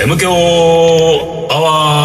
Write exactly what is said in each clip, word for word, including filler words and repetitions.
M 強ア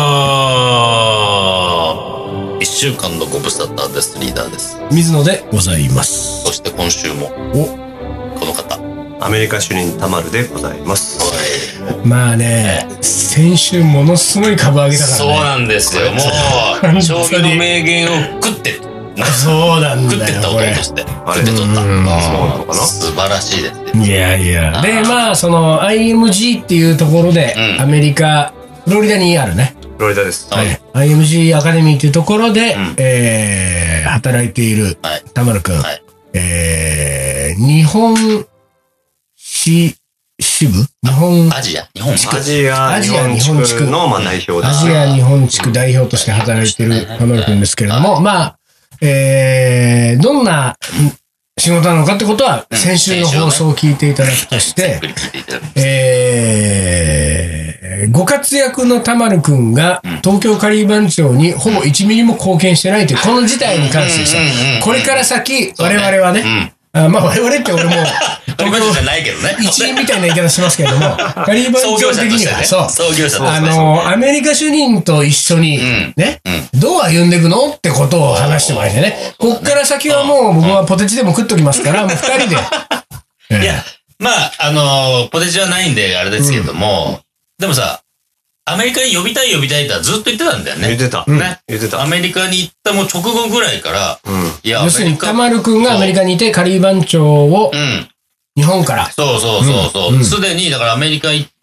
ワー。一週間のご無沙汰です。リーダーです。 水野でございます。 そして今週もこの方、 アメリカ主任たまるでございます。 まあね、先週ものすごい株上げたからね。 そうなんですよ。もう将棋の名言を食ってそうなんだよ。 食ってった音としてあれで取った。そうなのかな。素晴らしいですね。 いやいや。でまあその アイエムジー っていうところで、うん、アメリカフロリダにあるね。 フロリダです。 はい。アイエムジー アカデミーっていうところで、うん、えー、働いているたまるくん、はい、えー、日本支支部日本アジア日本地区アジア日本地区のまあ代表アジア日本地区代表として働いているたまるくんですけれども、まあ、えー、どんな仕事なのかってことは、先週の放送を聞いていただくとして、えー、ご活躍のたまるくんが東京カリー番長にほぼいちミリも貢献してないという、この事態に関してでした。これから先、我々はね、あまあ我々って俺も東京じゃないけどね。 一員みたいな言い方しますけれども、カリー番長的には、そう。 創業者として。 あの、アメリカ主任と一緒に、ね、どう歩んでいくのってことを話してもらえてね。こっから先はもう僕はポテチでも食っときますから、もう二人で。 いや、まあ、あの、ポテチはないんであれですけども、でもさ、アメリカに呼びたい呼びたいってずっと言ってたんだよね。 言ってた。 ね。 言ってた。 アメリカに行ったもう直後ぐらいから、 いや、要するにたまるくんがアメリカにいてカリー番長を、日本から。 そうそうそうそう。すでに、だからアメリカ行って、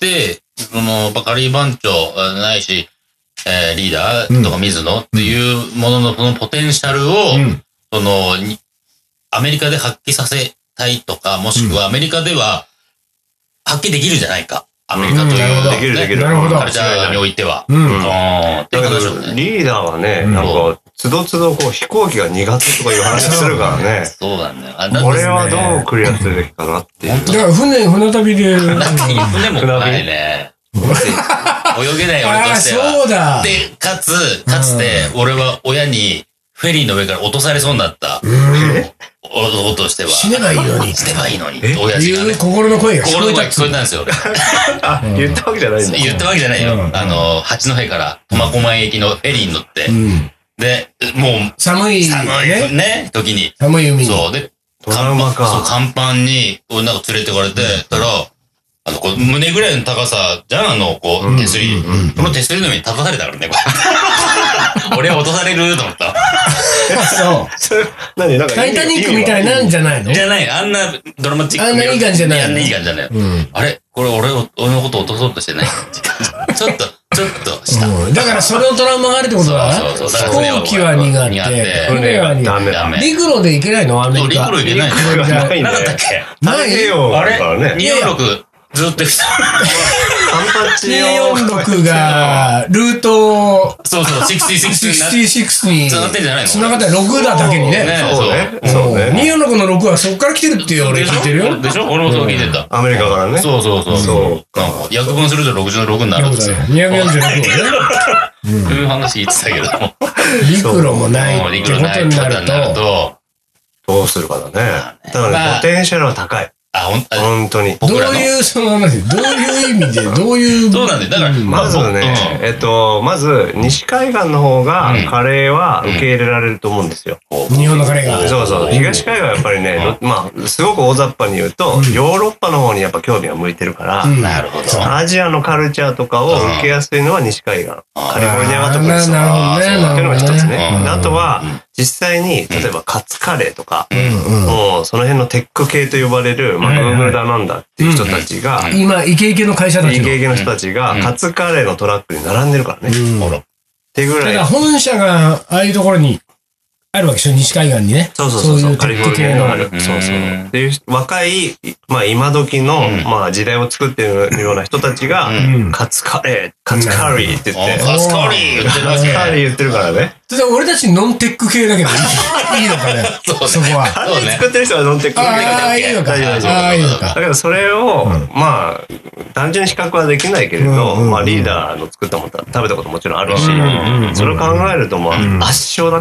その、カリー番長ないし、えー、リーダーとか水野っていうもののそのポテンシャルを、うん、その、アメリカで発揮させたいとか、もしくはアメリカでは発揮できるじゃないか。アメリカという、 ね、できるできる。 なるほど。 カルチャーにおいては。 うん。 うん。 だけど、リーダーはね、なんか、つどつどこう飛行機が苦手とかいう話するからね。 そうなんだよ。 これはどうクリアするべきかなっていう。 だから船、船旅で。 船もないね。泳げない俺としては。 そうだ。 で、かつ、かつて、俺は親にフェリーの上から落とされそうになった。男としては。 死ねばいいのに。 死ねばいいのに。親父がね。 心の声が聞こえた。 心の声が聞こえたんですよ。 あ、言ったわけじゃないんだ。 言ったわけじゃないよ。あの、八戸から苫小牧駅のフェリーに乗って。で、もう、 寒い。 寒いね、時に。 寒い海に。 そう。で、甲板そう、甲板に、なんか連れてかれて、たら、あの、こう、胸ぐらいの高さじゃん、あの、こう、手すり。この手すりの上に立たされたからね、これ。俺は落とされると思った。 そう。 何なんかタイタニックみたいなんじゃないの？ じゃない。あんなドラマチック。 あんないい感じじゃない。 あんないい感じじゃない。あれこれ俺を、俺のこと落とそうとしてないちょっと、ちょっとした。 だからそれをトラウマがあるってことだな。 そうそう。 飛行機は苦手。船は苦手。陸路で行けないのアメリカ。 陸路行けないのなかったっけないよ。 あれにひゃくよんじゅうろく。ずっと来た。 にひゃくよんじゅうろくが、ルート、 そうそう、ろくじゅうろくに。 繋がってんじゃないの？ 繋がってろくだだけにね。 そうね。そうね。 にひゃくよんじゅうろくのろくはそっから来てるって俺聞いてるよ。 でしょ？俺もそう聞いてた。 アメリカからね。 そうそうそう。そうか。約分するとろくじゅうろくになるんですよ。 にひゃくよんじゅうろくをね。 そういう話言ってたけども。 陸路もないってことになると、 どうするかだね。だからポテンシャルは高い。 あ、ほん、 本当に。 どういう、その、どういう意味で、どういう。 そうなんだよ。だから、 まずね、えっと、まず、西海岸の方が、カレーは受け入れられると思うんですよ。 日本のカレーが。 そうそう。東海岸はやっぱりね、まあ、すごく大雑把に言うと、ヨーロッパの方にやっぱ興味が向いてるから、 なるほど。 アジアのカルチャーとかを受けやすいのは西海岸。カリフォルニアは特にそう。 なるほどね。 っていうのが一つね。あとは、実際に、例えばカツカレーとか、もうその辺のテック系と呼ばれる、まあ、Google だなんだっていう人たちが、 今、イケイケの会社たちイケイケの人たちが、カツカレーのトラックに並んでるからね。ってぐらい。 ただ本社が、ああいうところに、あるわけでしょ、西海岸にね。 そうそうそう。 カリフォルニアのある。 そうそう。で、若い、まあ今時の、まあ時代を作ってるような人たちが、カツカレー、カツカリーって言って。 カツカリー言ってる。 カツカリー言ってるからね。 それ俺たちノンテック系だけどいいのかね。そこは。 カレー作ってる人はノンテック系だけど。 ああ、いいのか。ああ、いいのか。 だけどそれを、まあ、単純に比較はできないけれど、まあリーダーの作ったもの食べたこともちろんあるし、それを考えるとまあ圧勝だね。 あ、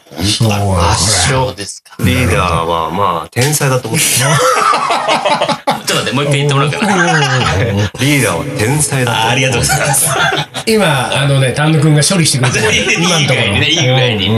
本当は圧勝ですか。 リーダーはまあ天才だと思ってちょっと待って、もう一回言ってもらうから。 リーダーは天才だと思って。 ありがとうございます。 今、あのね、丹野くんが処理してくれてる。今のところ。 いい具合に。い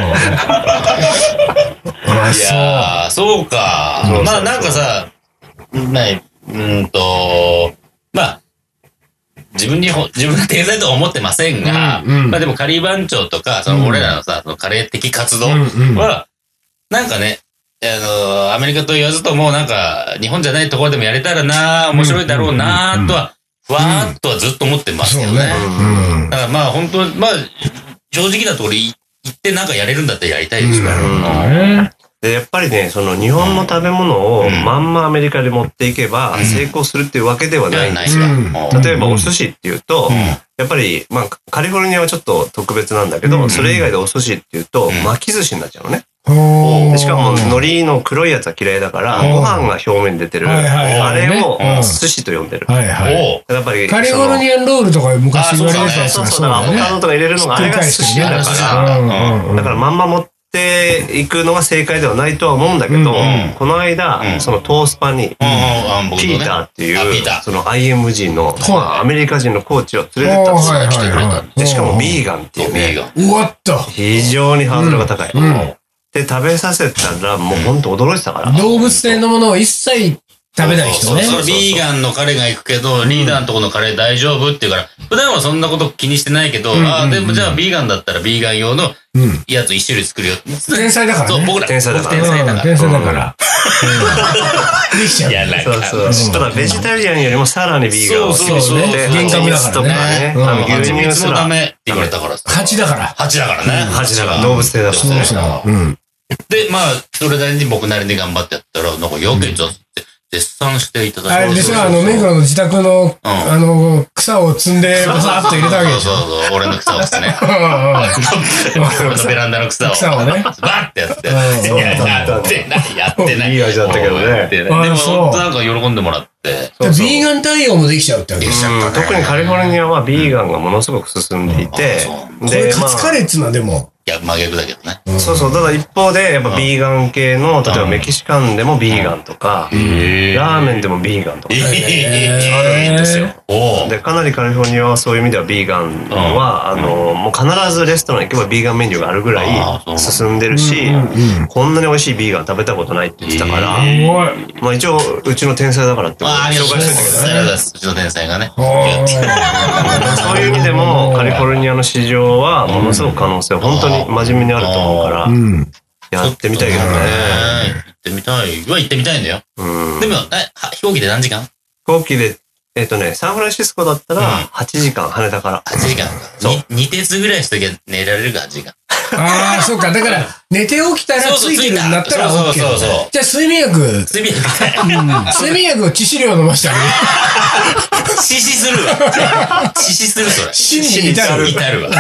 やー、そうか。まあなんかさ、ね、うんと、まあ、自分に、自分が天才とは思ってませんが、うんうん、まあでもカリー番長とか、その俺らのさ、そのカレー的活動は、うんうん、なんかね、あの、アメリカと言わずともなんか、日本じゃないところでもやれたらな、面白いだろうな、とは、ふわーっとはずっと思ってますけどね。うんうん、だからまあ本当、まあ、正直なところ行ってなんかやれるんだったらやりたいですから。うんでやっぱりね、その日本の食べ物をまんまアメリカで持っていけば成功するっていうわけではないんですよ。例えばお寿司っていうと、やっぱり、まあカリフォルニアはちょっと特別なんだけど、それ以外でお寿司っていうと巻き寿司になっちゃうのね。でしかも海苔の黒いやつは嫌いだから、ご飯が表面に出てる、あれを寿司と呼んでる。やっぱりカリフォルニアンロールとか昔言われてたやつがそうだね。アボカドとか入れるのがあれが寿司だから、だからまんま持ってていくのが正解ではないとは思うんだけど、うんうん、この間、うん、そのトースパに、うん、ピーターっていう、その アイエムジー の、まあ、アメリカ人のコーチを連れてったんですよ。来てくれた。で、しかもビーガンっていうね、 うわっと非常にハードルが高い。うんうん、で、食べさせたら、もうほんと驚いてたから。 動物性のものを一切食べない人ね。 そうそうそう。ビーガンの彼が行くけど、リーダーのところのカレー大丈夫って言うから、普段はそんなこと気にしてないけど、ああ、でもじゃあビーガンだったらビーガン用のやつ一種類作るよ。 天才だからね。 そう、僕ら。 天才だから。 天才だから。 天才だから。できちゃう。 いや、なんか。 そうそう。ただ、ベジタリアンよりもさらにビーガンをそうそうね。厳格だからね。 牛乳すらダメって言われたからさ。 蜂だから。 蜂だからね。 蜂だから。動物性だから。 そうそう。 で、まあ、それなりに僕なりに頑張ってやったら、なんか、よけちゃって。絶賛していただいて。 あれでしょ、あの、目黒の自宅の、あの、草を積んで、バサッと入れたわけでしょ。 そうそうそう、俺の草をですね。俺のベランダの草を。 草をね。 バッてやって。いや、やってない、やってない。 いい味だったけどね。 でも、本当なんか喜んでもらって。 ビーガン対応もできちゃうってわけですよ。 特にカリフォルニアはビーガンがものすごく進んでいて。 で、カツカレーっていうのはでも、 いや、真逆だけどね。 そうそう。ただ一方で、やっぱビーガン系の、例えばメキシカンでもビーガンとか、ラーメンでもビーガンとか、あるんですよ。で、かなりカリフォルニアはそういう意味ではビーガンは、あの、もう必ずレストラン行けばビーガンメニューがあるぐらい進んでるし、こんなに美味しいビーガン食べたことないって言ってたから、まあ一応、うちの天才だからって紹介してんだけどね。 うちの天才がね。 そういう意味でも、カリフォルニアの市場はものすごく可能性、本当に真面目にあると思うから、やってみたいけどね。 行ってみたいは行ってみたいんだよ。でも、飛行機で何時間？ 飛行機で、えっとね、サンフランシスコだったらはちじかん、羽田から。 はちじかんか。そう。に鉄ぐらいしときゃ寝られるか、はちじかん。 ああ、そうか。だから、寝て起きたらついてるんだったら OK。そうそうそう。じゃあ、睡眠薬。 睡眠薬。 睡眠薬を致死量飲ましてあげる。 致死するわ。致死する、それ。 死に至る。 至るわ。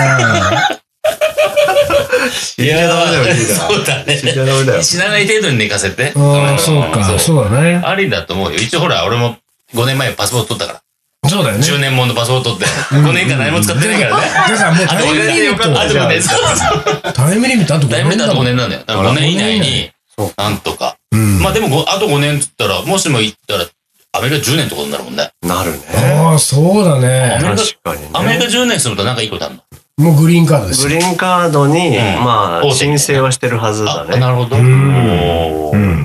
いや、ダメだよ、 そうだね。 死んじゃダメだよ。 死なない程度に寝かせて。 ああ、そうか。そうだね。 ありだと思うよ。一応ほら、俺もごねんまえパスポート取ったから。 そうだよね。 じゅうねんもんのパスポート取って。ごねんかん何も使ってないからね。 だからもうタイムリミット。 あとごねん。 タイムリミットあとごねん。 タイムリミットあとごねんなんだよ。だからごねん以内に、なんとか。まあでも、あとごねんって言ったら、もしも行ったら、アメリカじゅうねんってことになるもんね。 なるね。 ああ、そうだね。 確かにね。 アメリカじゅうねんするとなんかいいことあるの？ もうグリーンカードです。 グリーンカードに、まあ、申請はしてるはずだね。 なるほど。うん。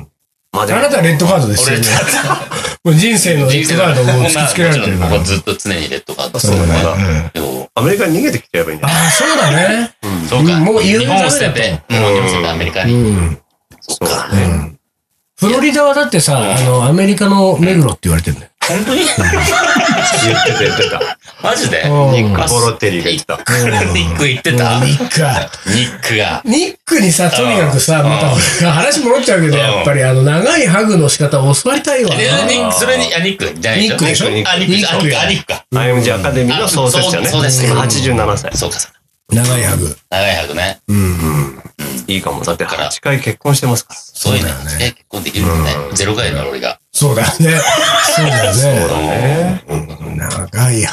あなたはレッドカードですよね。もう人生のレッドカードを突きつけられてるから。 僕ずっと常にレッドカード。 そうだね。アメリカに逃げてきてやればいいんだよ。 ああ、そうだね。 そうか。 もう日本を捨てて、もう日本を捨ててアメリカに。そうか。 フロリダはだってさ、あの、アメリカの目黒って言われてるんだよ。 本当に言ってた言ってた。 マジでニック・ボロテリーが言ってた。 ニック言ってたニックが。 ニックが。 ニックにさ、とにかくさ、また話戻っちゃうけど、やっぱりあの、長いハグの仕方を教わりたいわ。 それに、あ、ニックじゃないニックでしょ？ ニック。あ、ニックか。 アイエムジー アカデミーの創設者ね。 そうです。 今はちじゅうななさい。 そうか、そうか。 長いハグ。 長いハグね。 うん。 いいかも。だってはちかい結婚してますから。 そういうね。結婚できるんだね。ゼロかいの俺が。 そうだよね。そうだよね。 そうだね。 長いハグ。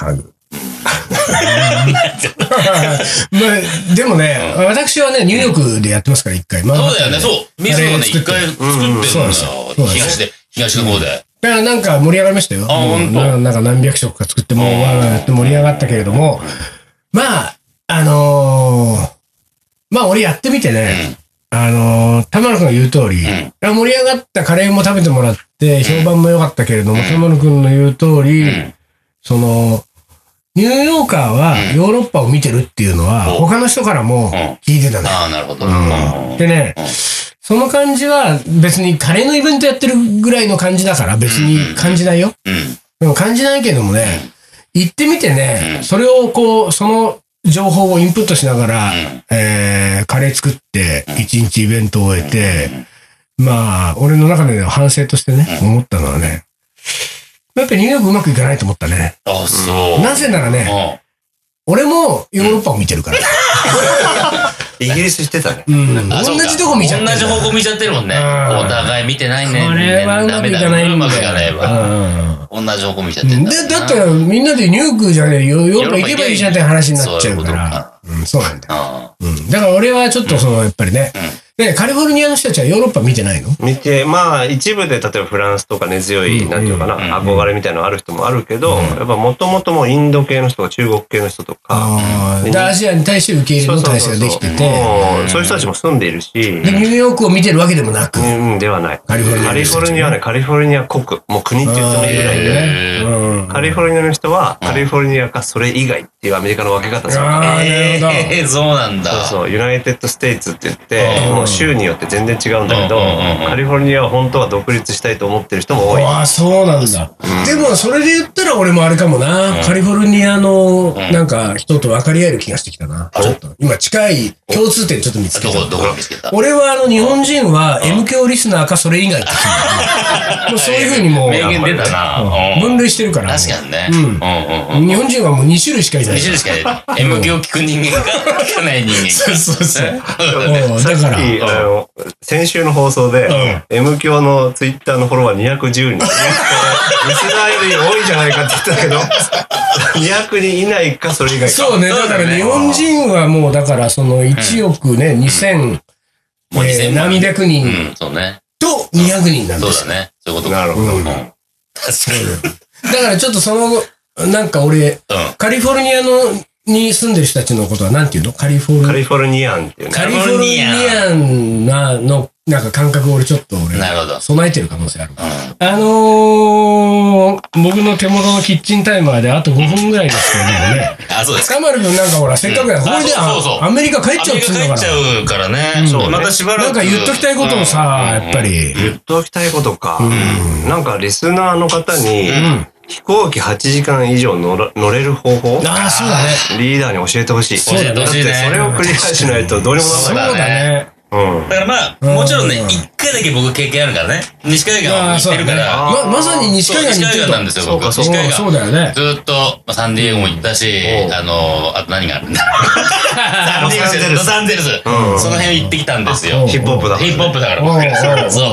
まあ、でもね、私はね、ニューヨークでやってますから、一回。 そうだよね、そう。水野ね、一回作ってるんだよ。東で、東の方で。 だからなんか盛り上がりましたよ。 あ、ほんと。 なんか何百食か作っても、わーわーやって盛り上がったけれども、まあ、あのー、まあ俺やってみてね、あのー、玉野くんが言う通り、盛り上がったカレーも食べてもらって、評判も良かったけれども、玉野くんの言う通り、その、ニューヨーカーはヨーロッパを見てるっていうのは、他の人からも聞いてたね。 ああ、なるほど。 でね、その感じは別にカレーのイベントやってるぐらいの感じだから別に感じないよ。でも感じないけどもね、行ってみてね、それをこう、その情報をインプットしながら、えー、カレー作って一日イベントを終えて、まあ、俺の中での反省としてね、思ったのはね、やっぱりニューヨークうまくいかないと思ったね。 あ、そう。 なぜならね、俺もヨーロッパを見てるから。 イギリスしてたね。 うん。同じとこ見ちゃってる。 同じ方向見ちゃってるもんね。お互い見てないね。 これはうまくいかないんだよ。 うまくいかないわ。同じ方向見ちゃってる。 で、だってみんなでニューヨークじゃねえよ。ヨーロッパ行けばいいじゃんって話になっちゃうから。うん、そうなんだよ。うん。だから俺はちょっとその、やっぱりね。で、カリフォルニアの人たちはヨーロッパ見てないの？ 見て、まあ一部で例えばフランスとか根強い、なんていうかな、憧れみたいなのある人もあるけど、やっぱもともともインド系の人とか中国系の人とか、 アジアに対して受け入れの体制ができてて、 そういう人たちも住んでいるし、で、 ニューヨークを見てるわけでもなく、 うん、ではない。カリフォルニアはね、カリフォルニア国、もう国って言ってもいいぐらいで、カリフォルニアの人はカリフォルニアかそれ以外っていうアメリカの分け方する。 ああ、なるほど。 ええ、そうなんだ。 そうそう、ユナイテッドステイツって言って、もう州によって全然違うんだけど、カリフォルニアは本当は独立したいと思ってる人も多い。 ああ、そうなんだ。でも、それで言ったら俺もあれかもな。カリフォルニアの、なんか、人と分かり合える気がしてきたな。ちょっと。今、近い共通点ちょっと見つけた。 どこ、どこ見つけた？ 俺は、あの、日本人は エム 教リスナーかそれ以外って聞いた。もうそういうふうにもう、 名言出たな。 分類してるから。 確かにね。 うん。日本人はもうに種類しかいない。 に種類しかいない。エム 教聞く人間か、聞かない人間か。 そうそうそう。 だから、先週の放送で、M 教のツイッターのフォロワーにひゃくじゅうにん。リスナーより多いじゃないかって言ったけど、にひゃくにん以内かそれ以外か。 そうね。だから日本人はもう、だからそのいちおくね、にせん、何百人とにひゃくにんなんですよ。 そうだね。そういうことなるほど。 確かに。 だからちょっとその、なんか俺、カリフォルニアの、に住んでる人たちのことはなんていうの？カリフォル、 カリフォルニアンっていうね。 カリフォルニアンなの、なんか感覚を俺ちょっと俺、 なるほど。 備えてる可能性ある。あのー、僕の手元のキッチンタイマーであとごふんぐらいですけどね。 あ、そうです。 かまるくんなんかほら、せっかくや、これでアメリカ帰っちゃうっつうのから。 アメリカ帰っちゃうからね。そう。またしばらく。 なんか言っときたいことをさ、やっぱり。 言っときたいことか。なんかリスナーの方に、飛行機はちじかん以上乗れる方法？ ああ、そうだね。 リーダーに教えてほしい。 教えてほしいね。 それをクリアしないとどうにもならない。 そうだね。 うん。だからまあ、もちろんね、一回だけ僕経験あるからね。西海岸は行ってるから。 ま、まさに西海岸に行ってる西海岸なんですよ、僕。西海岸。 そうだよね。 ずっと、サンディエゴも行ったし、あの、あと何があるんだロサンゼルス。ロサンゼルス。その辺行ってきたんですよ。 ヒップホップだから。 ヒップホップだから僕。そう。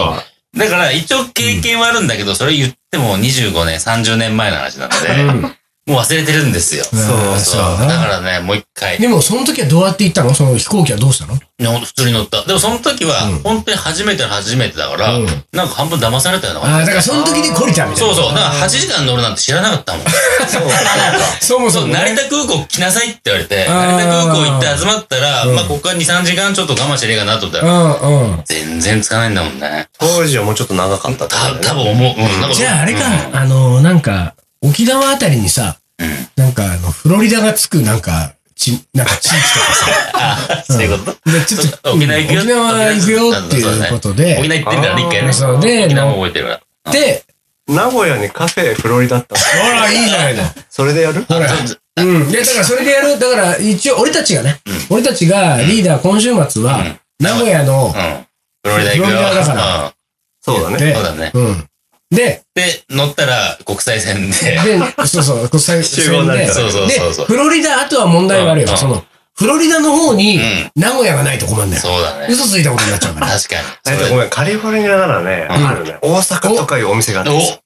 だから、一応経験はあるんだけど、それ言ってもにじゅうごねん、さんじゅうねんまえの話なので、もう忘れてるんですよ。そうそう。だからね、もう一回。 でも、その時はどうやって行ったの？その飛行機はどうしたの？ 普通に乗った。でも、その時は、本当に初めての初めてだから、なんか半分騙されたような。 ああ、だからその時で懲りたみたいな。 そうそう。だからはちじかん乗るなんて知らなかったもん。そう。 そもそも。 成田空港来なさいって言われて、成田空港行って集まったら、まあ、ここからに、さんじかんちょっと我慢してねえかなと思ったら、全然つかないんだもんね。 当時はもうちょっと長かった。 多分思う。 じゃあ、あれか、あの、なんか、沖縄あたりにさ、なんか、あの、フロリダがつく、なんか、ち、なんか地域とかさ。あ、そういうことで、ちょっと、 沖縄行くよ。 沖縄行くよっていうことで。 沖縄行ってんからね、一回ね。 そうで、 沖縄も覚えてるから。 で、 名古屋にカフェフロリダあった。 ほら、いいじゃないの。 それでやる？ ほら。うん。で、だからそれでやる。だから、一応、俺たちがね、俺たちがリーダー今週末は、名古屋の、 フロリダ行くよ。 だから。そうだね。 そうだね。 うん。で、 で、乗ったら国際線で。 で、そうそう、国際線で。 そうそうそうそう。 で、フロリダ、あとは問題があるよ。その、フロリダの方に、名古屋がないと困るんだよ。 そうだね。 嘘ついたことになっちゃうから。 確かに。 ごめん、カリフォルニアならね、あるね。大阪とかいうお店があるんですよ。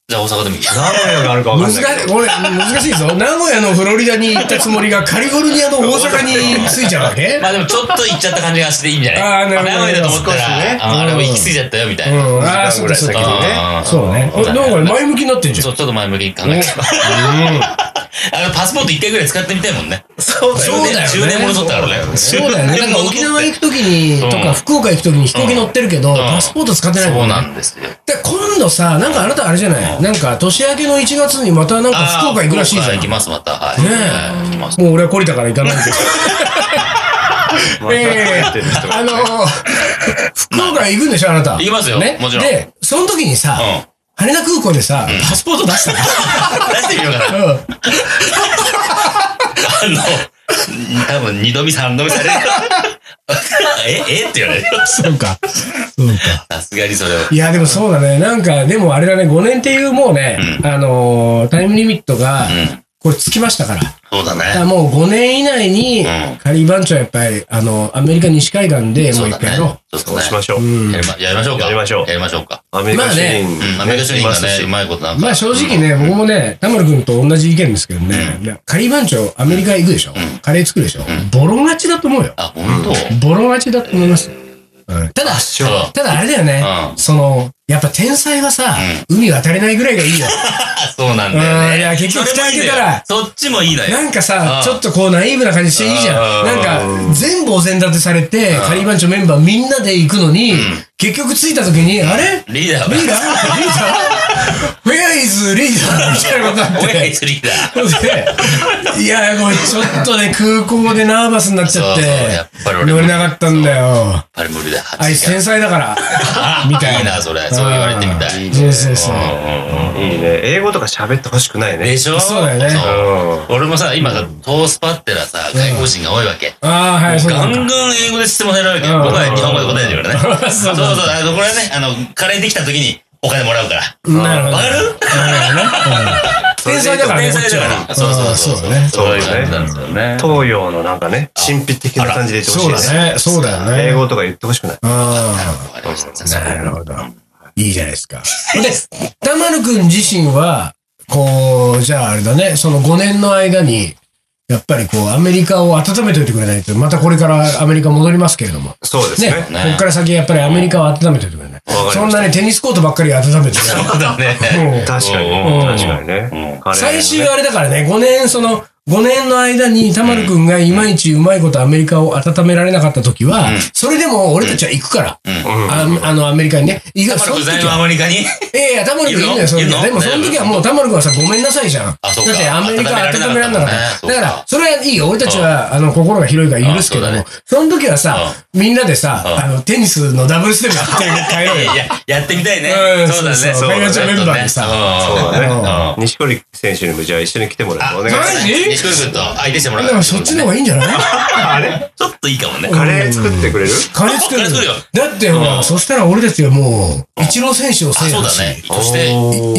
じゃあ大阪でもいい。 名古屋があるか分かんないけど。 俺、難しいぞ。名古屋のフロリダに行ったつもりがカリフォルニアの大阪に着いちゃうわけ？ まあでもちょっと行っちゃった感じがしていいんじゃない？ ああ、なるほど。 名古屋だと思ったら、ね、ああれも行き過ぎちゃったよみたいな。 うん、ああ、そうだ、そうだ。そうね。なんか前向きになってんじゃん。 そう、ちょっと前向きに考えて。あの、パスポート一回ぐらい使ってみたいもんね。 そうだよね。 じゅうねんもの取ったからね。 そうだよね。なんか沖縄行くときに、とか福岡行くときに飛行機乗ってるけど、パスポート使ってないもんね。 そうなんですよ。で、 今度さ、なんかあなたあれじゃない？なんか年明けのいちがつにまたなんか福岡行くらしいじゃん。 行きます、また。はい。 ねえ。行きます。もう俺は懲りたから行かないけど。ええ、あの、福岡行くんでしょ、あなた。 行きますよ。もちろん。 で、その時にさ、羽田空港でさ、パスポート出したら。 出してみようかな。うん。あの、多分二度見三度見される。ええって言われるよ。 そうか。そうか。 さすがにそれは。 いや、でもそうだね。なんか、でもあれだね、ごねんっていうもうね、あの、タイムリミットが、これつきましたから。 そうだね。 だからもうごねん以内に、カリー番長はやっぱり、あの、アメリカ西海岸でもう一回やろう。そうしましょう。 やりましょうか。 やりましょう。 やりましょうか。 アメリカ主任。 アメリカ主任がね、うまいことなんか。 まあ正直ね、僕もね、田丸君と同じ意見ですけどね、カリー番長、アメリカ行くでしょ、カレー作るでしょ、ボロ勝ちだと思うよ。 あ、本当？ボロ勝ちだと思います。ただ、ただあれだよね、その、やっぱ天才はさ、海渡れないぐらいがいいよ。 そうなんだよね。 いや、結局蓋開けたら、 そっちもいいのよ。 なんかさ、ちょっとこうナイーブな感じしていいじゃん。なんか、全部お膳立てされて、カリー番長メンバーみんなで行くのに、結局着いた時に、あれリーダーリーダーリーダーフェアイズリーダーみたいなことになって。 フェアイズリーダー。いや、これちょっとね、空港でナーバスになっちゃって、乗れなかったんだよ。 やっぱり無理だ。 あいつ天才だから。みたいな。 いいな、それ。そう言われてみたい。 そうそうそう。 いいね。英語とか喋ってほしくないね。 でしょ？ そうだよね。 俺もさ、今さ、トースパってらさ、外国人が多いわけ。 ああ、はい、そうガンガン英語で質問されるわけ。僕は日本語で答えてるからね。そうそう。あの、これはね、あの、カレーできた時にお金もらうから。 なるほど。 わかる？ 天才だからね。 天才だから。そうそうそう。そういう感じなんですよね。 東洋のなんかね、神秘的な感じで言ってほしい。 そうだね。そうだよね。 英語とか言ってほしくない。 ああ。なるほど。いいじゃないですか。で、田丸くん自身は、こう、じゃああれだね、そのごねんの間に、やっぱりこう、アメリカを温めておいてくれないと、またこれからアメリカ戻りますけれども。 そうですね。 ね。こっから先やっぱりアメリカを温めておいてくれない。そんなね、テニスコートばっかり温めてそうだね。 確かに。確かにね。 最終あれだからね、ごねん、その、ごねんの間に、田丸くんがいまいちうまいことアメリカを温められなかった時は、それでも俺たちは行くから。あの、アメリカにね。 田丸くん在のアメリカにええ、田丸くんいいのよ、その時は。でもその時はもう田丸くんはさ、ごめんなさいじゃん。だってアメリカ温められなかった。だから、それはいいよ。俺たちは、あの、心が広いから許すけども、その時はさ、みんなでさ、あの、テニスのダブルスでもやって帰ろうよ。 やってみたいね。そうだね。 そうだね。メンバーでさ。 そうだね。西堀選手にもじゃあ一緒に来てもらう。お願いします。 西堀君と相手してもらう。 でもそっちの方がいいんじゃない？ あれちょっといいかもね。 カレー作ってくれる？ カレー作るよ。だってほら、そしたら俺たちはもう、イチロー選手を制覇し。 そうだね。そして、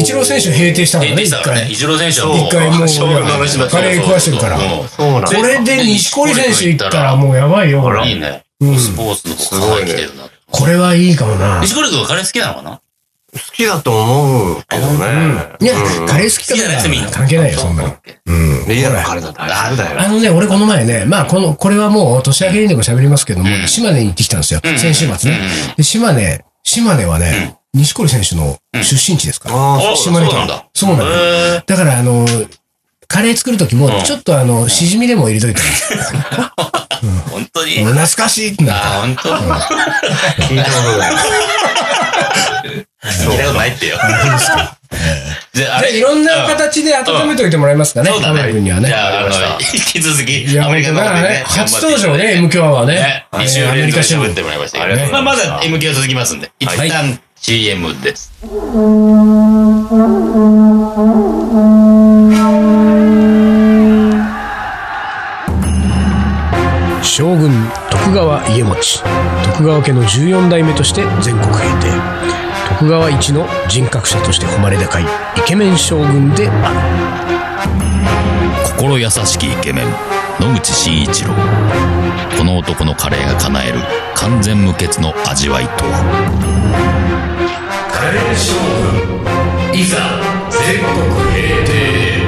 イチロー選手平定したからね、一回。 イチロー選手は一回もう、カレー食わしてるから。これで西堀選手行ったらもうやばいよ、ほら。 いいね。スポーツの方が来てるな。 これはいいかもな。 西堀君はカレー好きなのかな？ 好きだと思うけどね。 いや、カレー好きだから関係ないよ、そんなの。うん。 リアルカレーだったら大丈夫だよ。 あのね、俺この前ね、まあ、この、これはもう年明けにでも喋りますけども、島根に行ってきたんですよ。先週末ね。で、島根、島根はね、西堀選手の出身地ですから。島根県。そうなんだ。だから、あの、カレー作るときも、ちょっとあの、しじみでも入れといたら。 本当に懐かしいってなった。 あ、本当聞いたことない。聞いたことないってよ。 じゃあ、いろんな形で温めておいてもらえますかね、田村君にはね。 じゃあ、あの、引き続き、 アメリカの方でね。初登場ね、エムキュアはね。 に週連続喋ってもらいましたけど。まあ、まだ エムキュア続きますんで、一旦 シーエム です。 将軍徳川家茂徳川家のじゅうよん代目として全国平定、徳川一の人格者として誉れ高いイケメン将軍である。心優しきイケメン野口真一郎。この男のカレーが叶える完全無欠の味わいとは。 カレー将軍いざ全国平定。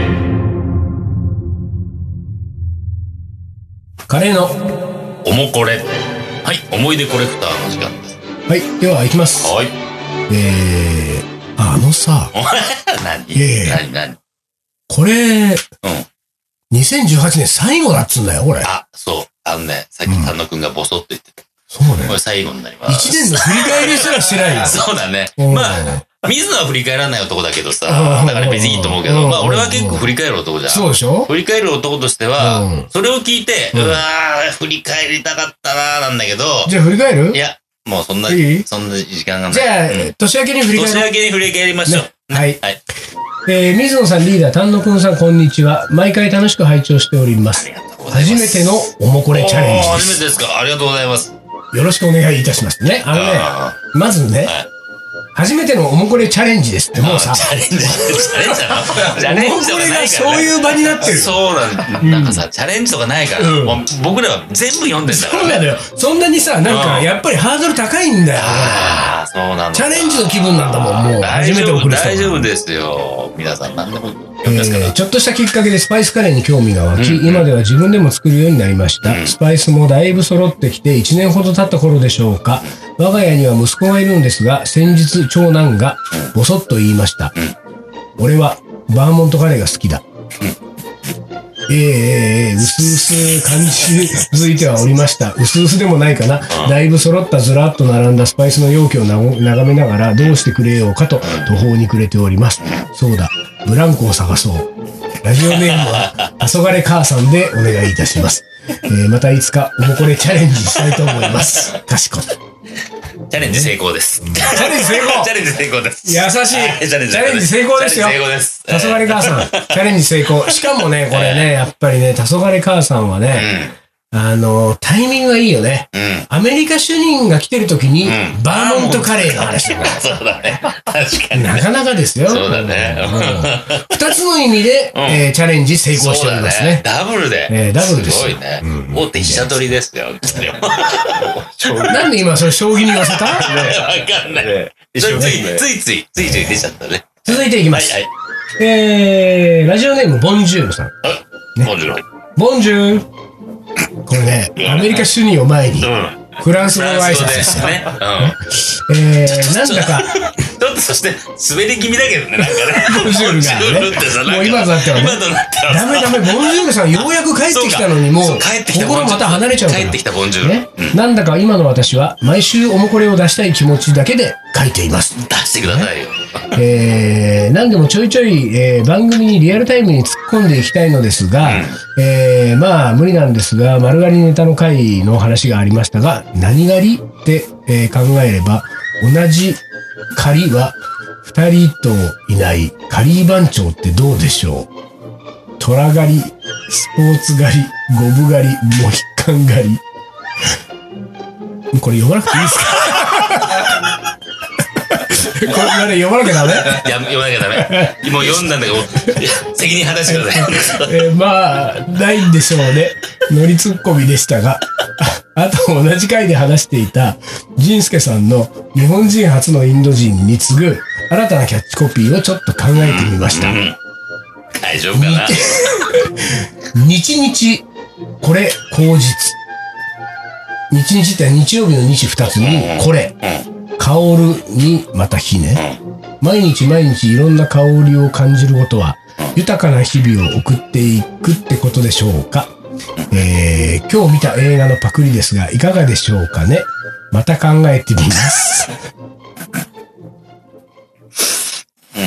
カレーのおもこれ。はい、思い出コレクターの時間です。 はい、では行きます。 はい。 えー、あのさ、 何えー、 何何これ、うん。 にせんじゅうはちねん最後だっつんだよ、これ。 あ、そう。あのね、さっき丹野くんがボソッと言ってた。 そうね。 これ最後になります。 一年の振り返りすらしてないよ。 そうだね。まあ、水野は振り返らない男だけどさ、だから別にいいと思うけど、まあ俺は結構振り返る男じゃん。 そうでしょ？ 振り返る男としては、それを聞いて、うわー、振り返りたかったなーなんだけど。 じゃあ振り返る？ いや、もうそんな、そんな時間がない。 じゃあ、年明けに振り返る。 年明けに振り返りましょう。 はい。はい。えー、水野さんリーダー、丹野くんさんこんにちは。毎回楽しく拝聴しております。ありがとうございます。初めてのおもこれチャレンジです。 初めてですか？ありがとうございます。 よろしくお願いいたしますね。あのね、まずね、初めてのおもこれチャレンジですってもうさ、 チャレンジ、チャレンジだな。チャレンジとかないから。 そういう場になってる。 そうなん、なんかさ、チャレンジとかないから、僕らは全部読んでんだから。 そうなんだよ。そんなにさ、なんかやっぱりハードル高いんだよ。 ああ、そうなんだ。 チャレンジの気分なんだもん、もう。初めて送る人。 大丈夫ですよ。皆さん何でも。 えー、ちょっとしたきっかけでスパイスカレーに興味が湧き、うんうん、今では自分でも作るようになりました、うん、スパイスもだいぶ揃ってきていちねんほど経った頃でしょうか、うん、我が家には息子がいるんですが先日長男がボソッと言いました、うん、俺はバーモントカレーが好きだ、うんえー、えー、うすうす感じづいてはおりました。うすうすでもないかな。だいぶ揃ったずらっと並んだスパイスの容器をな眺めながらどうしてくれようかと途方に暮れております。そうだ、ブランコを探そう。ラジオネームは、黄昏母さんでお願いいたします。えー、またいつかおもこれチャレンジしたいと思います。かしこ。 チャレンジ成功です。チャレンジ成功チャレンジ成功です。 優しい。チャレンジ成功ですよ。 成功です。 黄昏母さん、チャレンジ成功。しかもね、これね、やっぱりね、黄昏母さんはね、あの、タイミングがいいよね。アメリカ主任が来てる時に、バーモントカレーの話だから。 そうだね。確かに。 なかなかですよ。 そうだね。 二つの意味で、えチャレンジ成功しておりますね。 ダブルで。 えダブルです。 すごいね。大手飛車取りですよ。 なんで今それ将棋に寄せた？わかんない。ついつい、ついつい、ついつい出ちゃったね。 続いていきます。えー、ラジオネーム、ボンジュールさん。 ボンジュール。 ボンジュール。これね、アメリカ主任を前に、フランス語の挨拶ですよね。えー、なんだか。 ちょっとそして、滑り気味だけどね、なんかね。 ボンジュールがね。もう今となってはね。ダメダメ、ボンジュールさんようやく帰ってきたのに、もう、心また離れちゃうから。 帰ってきたボンジュール。なんだか今の私は、毎週おもこれを出したい気持ちだけで書いています。 出してくださいよ。 えー、何でもちょいちょい、えー、番組にリアルタイムに突っ込んでいきたいのですが、うん、えー、まあ無理なんですが、丸刈りネタの回の話がありましたが、何刈りって、えー、考えれば、同じ刈りは二人といない刈り番長ってどうでしょう？虎刈り、スポーツ刈り、ゴブ刈り、モヒカン刈り。これ読まなくていいですか？これ読まなきゃダメ？ いや、読まなきゃダメ。もう読んだんだけど、責任果たしてください。 えー、まあ、ないんでしょうね。乗りツッコミでしたが。あと、同じ回で話していた、ジンスケさんの日本人初のインド人に次ぐ新たなキャッチコピーをちょっと考えてみました。うんうん、 大丈夫かな？ 日日、これ、口実。日日って日曜日の日二つに、これ。香るにまた火ね、うん、毎日毎日いろんな香りを感じることは、うん、豊かな日々を送っていくってことでしょうか、うん、えー、今日見た映画のパクリですがいかがでしょうかね。また考えてみますうん、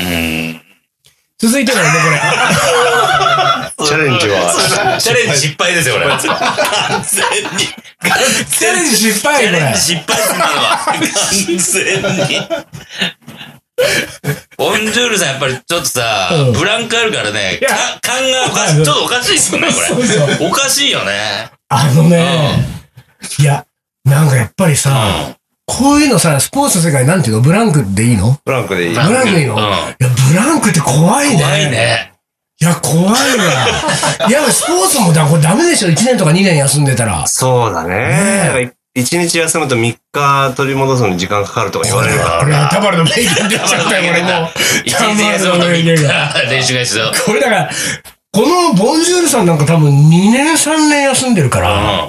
続いてはねこれチャレンジはチャレンジ失敗ですよこれ完全にチャレンジ失敗これ。 チャレンジ失敗するのは完全に。ボンジュールさんやっぱりちょっとさ、うん、ブランクあるからね、か勘がおかしい、ちょっとおかしいっすよね、これ。そうそうおかしいよね。 あのね、うん、いや、なんかやっぱりさ、うん、こういうのさ、スポーツの世界なんていうの？ブランクでいいの？ ブランクでいい。 ブランクでいいの？うん、いや、ブランクって怖いね。 怖いね。 いや、怖いわ。いや、スポーツもだ、これダメでしょ？いちねんとかにねん休んでたら。 そうだね。一一日休むとみっか取り戻すのに時間かかるとか言われるから。 これ、田丸の名言出ちゃったよ、俺もう。 一日休むとみっか練習が必要。 これだから、このボンジュールさんなんか多分にねんさんねん休んでるから、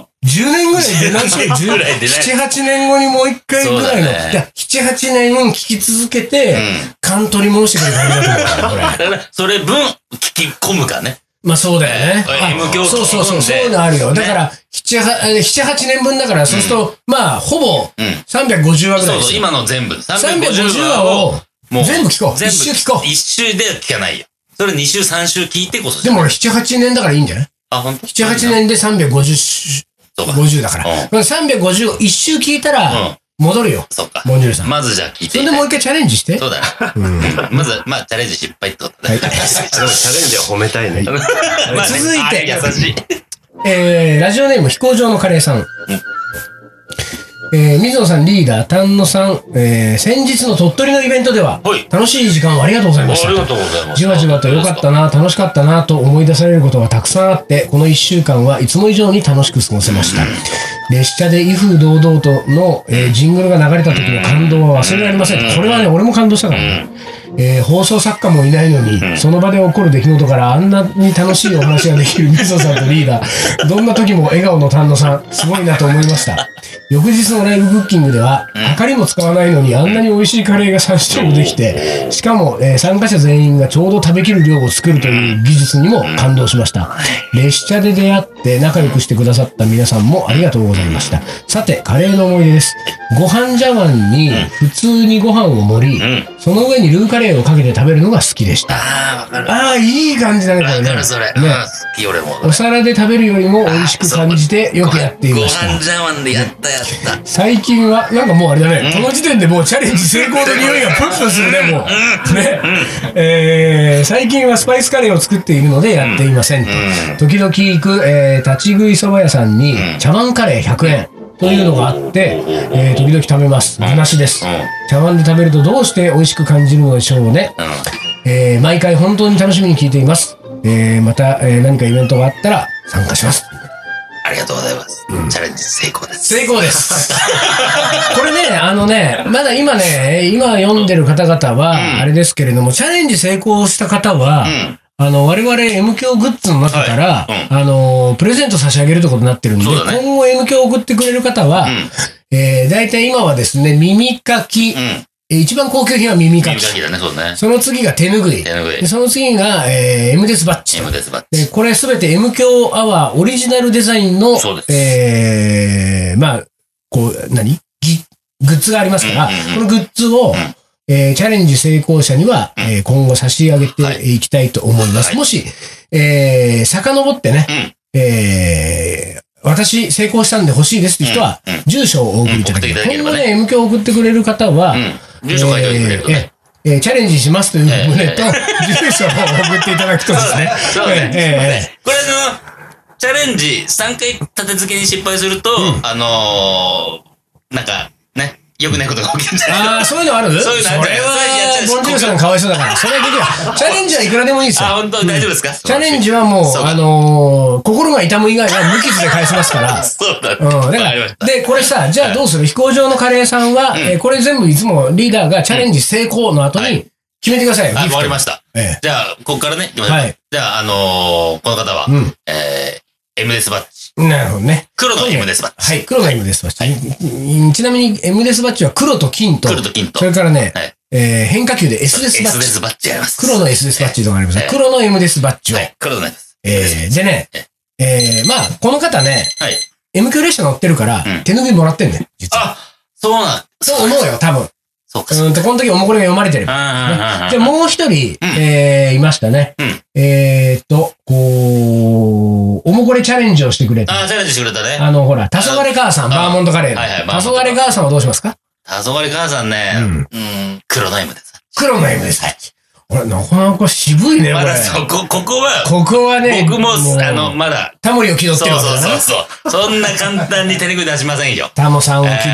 じゅうねんぐらい出ないし、なな、はちねんごにもう一回ぐらいの、なな、はちねん聞き続けて、勘取り戻してくれる感じだと思うから、これ。 それ分聞き込むかね。 まあそうだよね。そうそうそう、そういうのあるよ。だから、なな、はちねんぶんだから、そうすると、まあ、ほぼ、さんびゃくごじゅうわぐらい。 そうそう、今の全部。 さんびゃくごじゅうわを、全部聞こう。一周聞こう。 一周で聞かないよ。それに週さん週聞いてこそ。 でも俺なな、はちねんだからいいんじゃない？ あ、ほんと？ なな、はちねんでさんびゃくごじゅう、ごじゅうだから。さんびゃくごじゅうを一周聞いたら、戻るよ。 そうか。 ボンジュールさん。 まずじゃあ聞いて。 それでもう一回チャレンジして。 そうだね。まず、まあ、チャレンジ失敗ってことだね。 でもチャレンジは褒めたいね。 続いて、 優しい。 えー、ラジオネーム飛行場のカレーさん。えー、水野さんリーダー、丹野さん、えー、先日の鳥取のイベントでは、楽しい時間をありがとうございました。 ありがとうございます。 じわじわと良かったな、楽しかったなと思い出されることがたくさんあって、この一週間はいつも以上に楽しく過ごせました。列車で威風堂々との、えー、ジングルが流れた時の感動は忘れられません。これはね、俺も感動したからね。えー、放送作家もいないのに、うん、その場で起こる出来事からあんなに楽しいお話ができる水野さんとリーダー、どんな時も笑顔の丹野さん、すごいなと思いました。翌日のライブクッキングでは、うん、明かりも使わないのにあんなに美味しいカレーがさん種もできて、しかも、えー、参加者全員がちょうど食べきる量を作るという技術にも感動しました。列車で出会って仲良くしてくださった皆さんもありがとうございました。さて、カレーの思い出です。ご飯茶碗に普通にご飯を盛り、うん、その上にルーカレーをかけて食べるのが好きでした。 ああ、わかる。 ああ、いい感じだね、これね。 わかる、それ。ね、好き、俺も。 お皿で食べるよりも美味しく感じてよくやっていました。 ご飯茶碗でやったやった。 最近は、なんかもうあれだね、うん、この時点でもうチャレンジ成功の匂いがプンプンするね、もう。ね。えー、最近はスパイスカレーを作っているのでやっていませんと。時々行く、えー、立ち食いそば屋さんに茶碗カレーひゃくえん。というのがあって、えー、時々食べます。具なしです。茶碗で食べるとどうして美味しく感じるのでしょうね。えー、毎回本当に楽しみに聞いています。えー、また、えー、何かイベントがあったら参加します。 ありがとうございます。うん、チャレンジ成功です。 成功です。これね、あのね、まだ今ね、今読んでる方々は、あれですけれども、うん、チャレンジ成功した方は、うんあの、我々 M 響グッズの中から、はいうん、あの、プレゼント差し上げるってことになってるんで、ね、今後 M 響を送ってくれる方は、うん、えー、大体今はですね、耳かき、うん、一番高級品は耳かき。 耳かきだね、そうね。 その次が手ぬぐい。 手ぬぐい。 でその次が、えー、M デスバッジ。 M デスバッジ。 で、これすべて M 響アワーオリジナルデザインの、 そうです。 えー、まあ、こう、何グッズがありますから、うんうんうん、このグッズを、うんえー、チャレンジ成功者には、うんえー、今後差し上げていきたいと思います。はい、もし、えー、遡ってね、うん、えー、私成功したんで欲しいですって人は、うんうん、住所をお送りいただければ、今後ね、M 響を送ってくれる方は、うん、 住所書いておいてくれるとね、 えーえー、チャレンジしますという旨と、えー、住所を送っていただくとですね。 そうね。えー、これの、チャレンジさんかい立て付けに失敗すると、うん、あのー、なんか、ね。よくないことが起きるんじゃないああ、そういうのあるそういうのある。 それは、ボンジュールさんかわいそうだから。それはできない。チャレンジはいくらでもいいですよ。 あ、本当大丈夫ですかチャレンジはもう、あのー、心が痛む以外は無傷で返しますから。 そうだね。 うん。だから、で、これさ、じゃあどうする飛行場のカレーさんは、うん、えー、これ全部いつもリーダーがチャレンジ成功の後に決めてくださいよ。 はい、わかりました。ええ、じゃあ、ここからね、はい。じゃあ、あのー、この方は、うん、えー、M デスバッジ。 なるほどね。 黒の M デスバッジ。 はい、黒の M デスバッジ。はい、ちなみに M デスバッジは黒と金と、 黒と金と、 それからね、はい、えー、変化球で S デスバッジ。 S デスバッジあります。 黒の S デスバッジとかありますね。黒の M デスバッジを。はい、 黒の M です。 えー、でね、えー、まあ、この方ね、 はい、 M 級列車乗ってるから、うん、手拭いもらってんね、実は。 あ、そうなん。 そう思うよ、多分。 そうか。 うんと、この時おもこれが読まれてる。 あで、もう一人、うん、えー、いましたね。うん、えーっと、こう、おもこれチャレンジをしてくれた。 ああ、チャレンジしてくれたね。 あの、ほら、黄昏母さん、バーモントカレー。 はいはい、 黄昏母さんはどうしますか？ 黄昏母さんね、うん、うん、黒の M です。 黒の M です。はい。これ、なかなか渋いね、これ。 まだそこ、ここは、 ここはね、 僕も、あの、まだ、 タモリを気取ってるわけだね。 そうそうそうそう。そんな簡単に手拭い出しませんよ。 タモさんを気取って、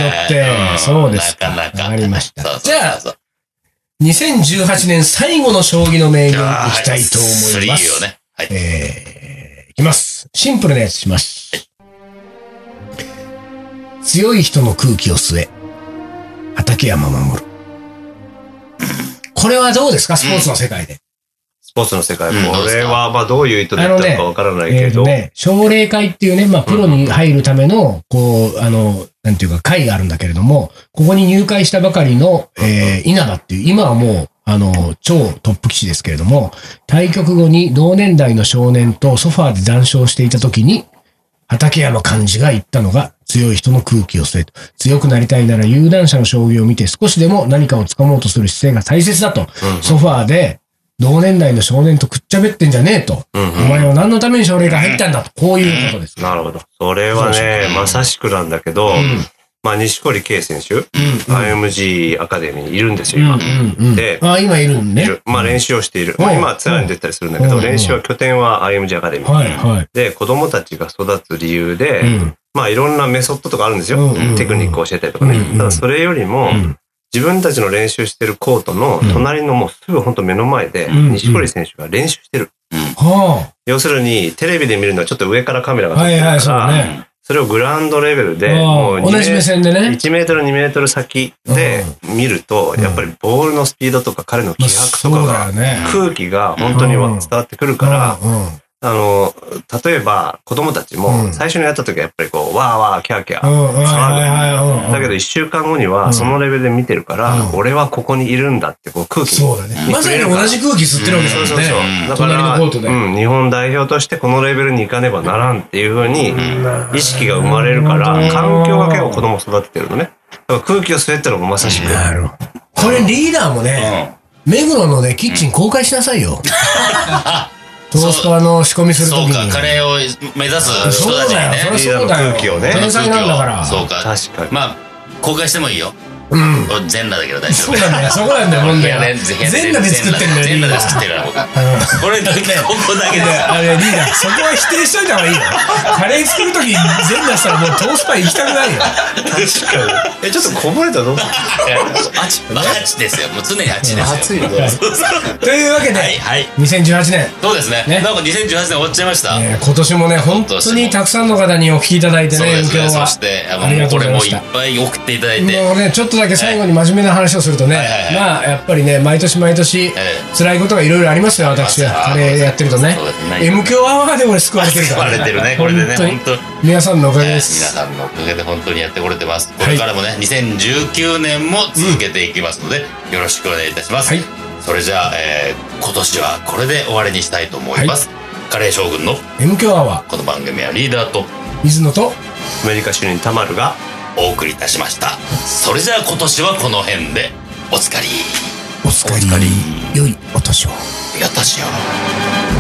そうですか。 なかなか。 わかりました。じゃあ、にせんじゅうはちねん最後の将棋の名言いきたいと思います。 スリーをね。はい。 えー、いきます。シンプルなやつします。 強い人の空気を吸え。畠山守。これはどうですか、スポーツの世界で。 スポーツの世界、これは、まあ、どういう意図で言ったのかわからないけど。 ね、奨励会っていうね、まあ、プロに入るための、こう、あの、なんていうか、会があるんだけれども、ここに入会したばかりの、えー、稲葉っていう、今はもう、あの、超トップ棋士ですけれども、対局後に同年代の少年とソファーで談笑していたときに、畠山幹事が言ったのが、強い人の空気を吸えと。強くなりたいなら有段者の将棋を見て少しでも何かを掴もうとする姿勢が大切だと。うん、ソファーで同年代の少年とくっちゃべってんじゃねえと。うんうん、お前は何のために奨励会入ったんだと。こういうことです。 なるほど。それはね、まさしくなんだけど、うん、まあ、錦織圭選手、うんうん、アイエムジー アカデミーにいるんですよ、今。うんうんうん、で、 あ、今いるんね。 まあ、練習をしている。まあ、今はツアーに出たりするんだけど、練習は拠点は アイエムジー アカデミー。はいはい、で、子供たちが育つ理由で、うん、まあ、いろんなメソッドとかあるんですよ。うんうんうん、テクニックを教えたりとかね。うんうん、ただ、それよりも、うん、自分たちの練習してるコートの隣のもうすぐ本当目の前で、錦織選手が練習してる。うんうん、要するに、テレビで見るのはちょっと上からカメラが撮ってるから、はいはい、そうね。それをグラウンドレベルで、もう同じ目線でね。 いちメートル、にメートル先で見ると、やっぱりボールのスピードとか彼の気迫とかが、空気が本当に伝わってくるから、あの、例えば子供たちも最初にやった時はやっぱりこう、わーわーキャーキャー騒ぐ。だけど一週間後にはそのレベルで見てるから、俺はここにいるんだってこう空気そうだね。まさに同じ空気吸ってるわけだもんね。そうそうそう。 だから、うん、日本代表としてこのレベルに行かねばならんっていう風に意識が生まれるから、環境が結構子供を育ててるのね。だから空気を吸えってのもまさしく。なるほど。 これリーダーもね、目黒のね、キッチン公開しなさいよ。トースターの仕込みするときに。 そうか、カレーを目指す人たちにね。 そうだよ。空気をね。天才なんだから。 そうか。確かに。まあ、公開してもいいよ。うん。全裸だけど大丈夫。 そうなんだよ。そこなんだよ、問題は。全裸で作ってんだよ。 全裸で作ってるから、僕。これだけ、ここだけで。 あれ、リーダー、そこは否定しといた方がいいよ。カレー作るとき全裸したらもうトースター行きたくないよ。 確かに。え、ちょっとこぼれたらどうする？ あち。あちですよ。もう常にあちですよ。 暑いね。 というわけで、にせんじゅうはちねん。 そうですね。なんかにせんじゅうはちねん終わっちゃいました。 今年もね、本当にたくさんの方にお聞きいただいてね、 今日は。そして、これもいっぱい送っていただいて。 もうね、ちょっとだけ最後に真面目な話をするとね、まあやっぱりね、毎年毎年辛いことがいろいろありますよ、私はカレーやってるとね。 M 響アワーで俺救われてるからね。 救われてるね、これでね、本当皆さんのおかげです。 皆さんのおかげで本当にやってこれてます。これからもね、にせんじゅうきゅうねんも続けていきますので、よろしくお願いいたします。それじゃあ今年はこれで終わりにしたいと思います。カレー将軍の M 響アワー、 この番組はリーダーと水野とアメリカ主任たまるがお送りいたしました。それじゃあ今年はこの辺でおつかりおつかり良いお年を。 良いお年を。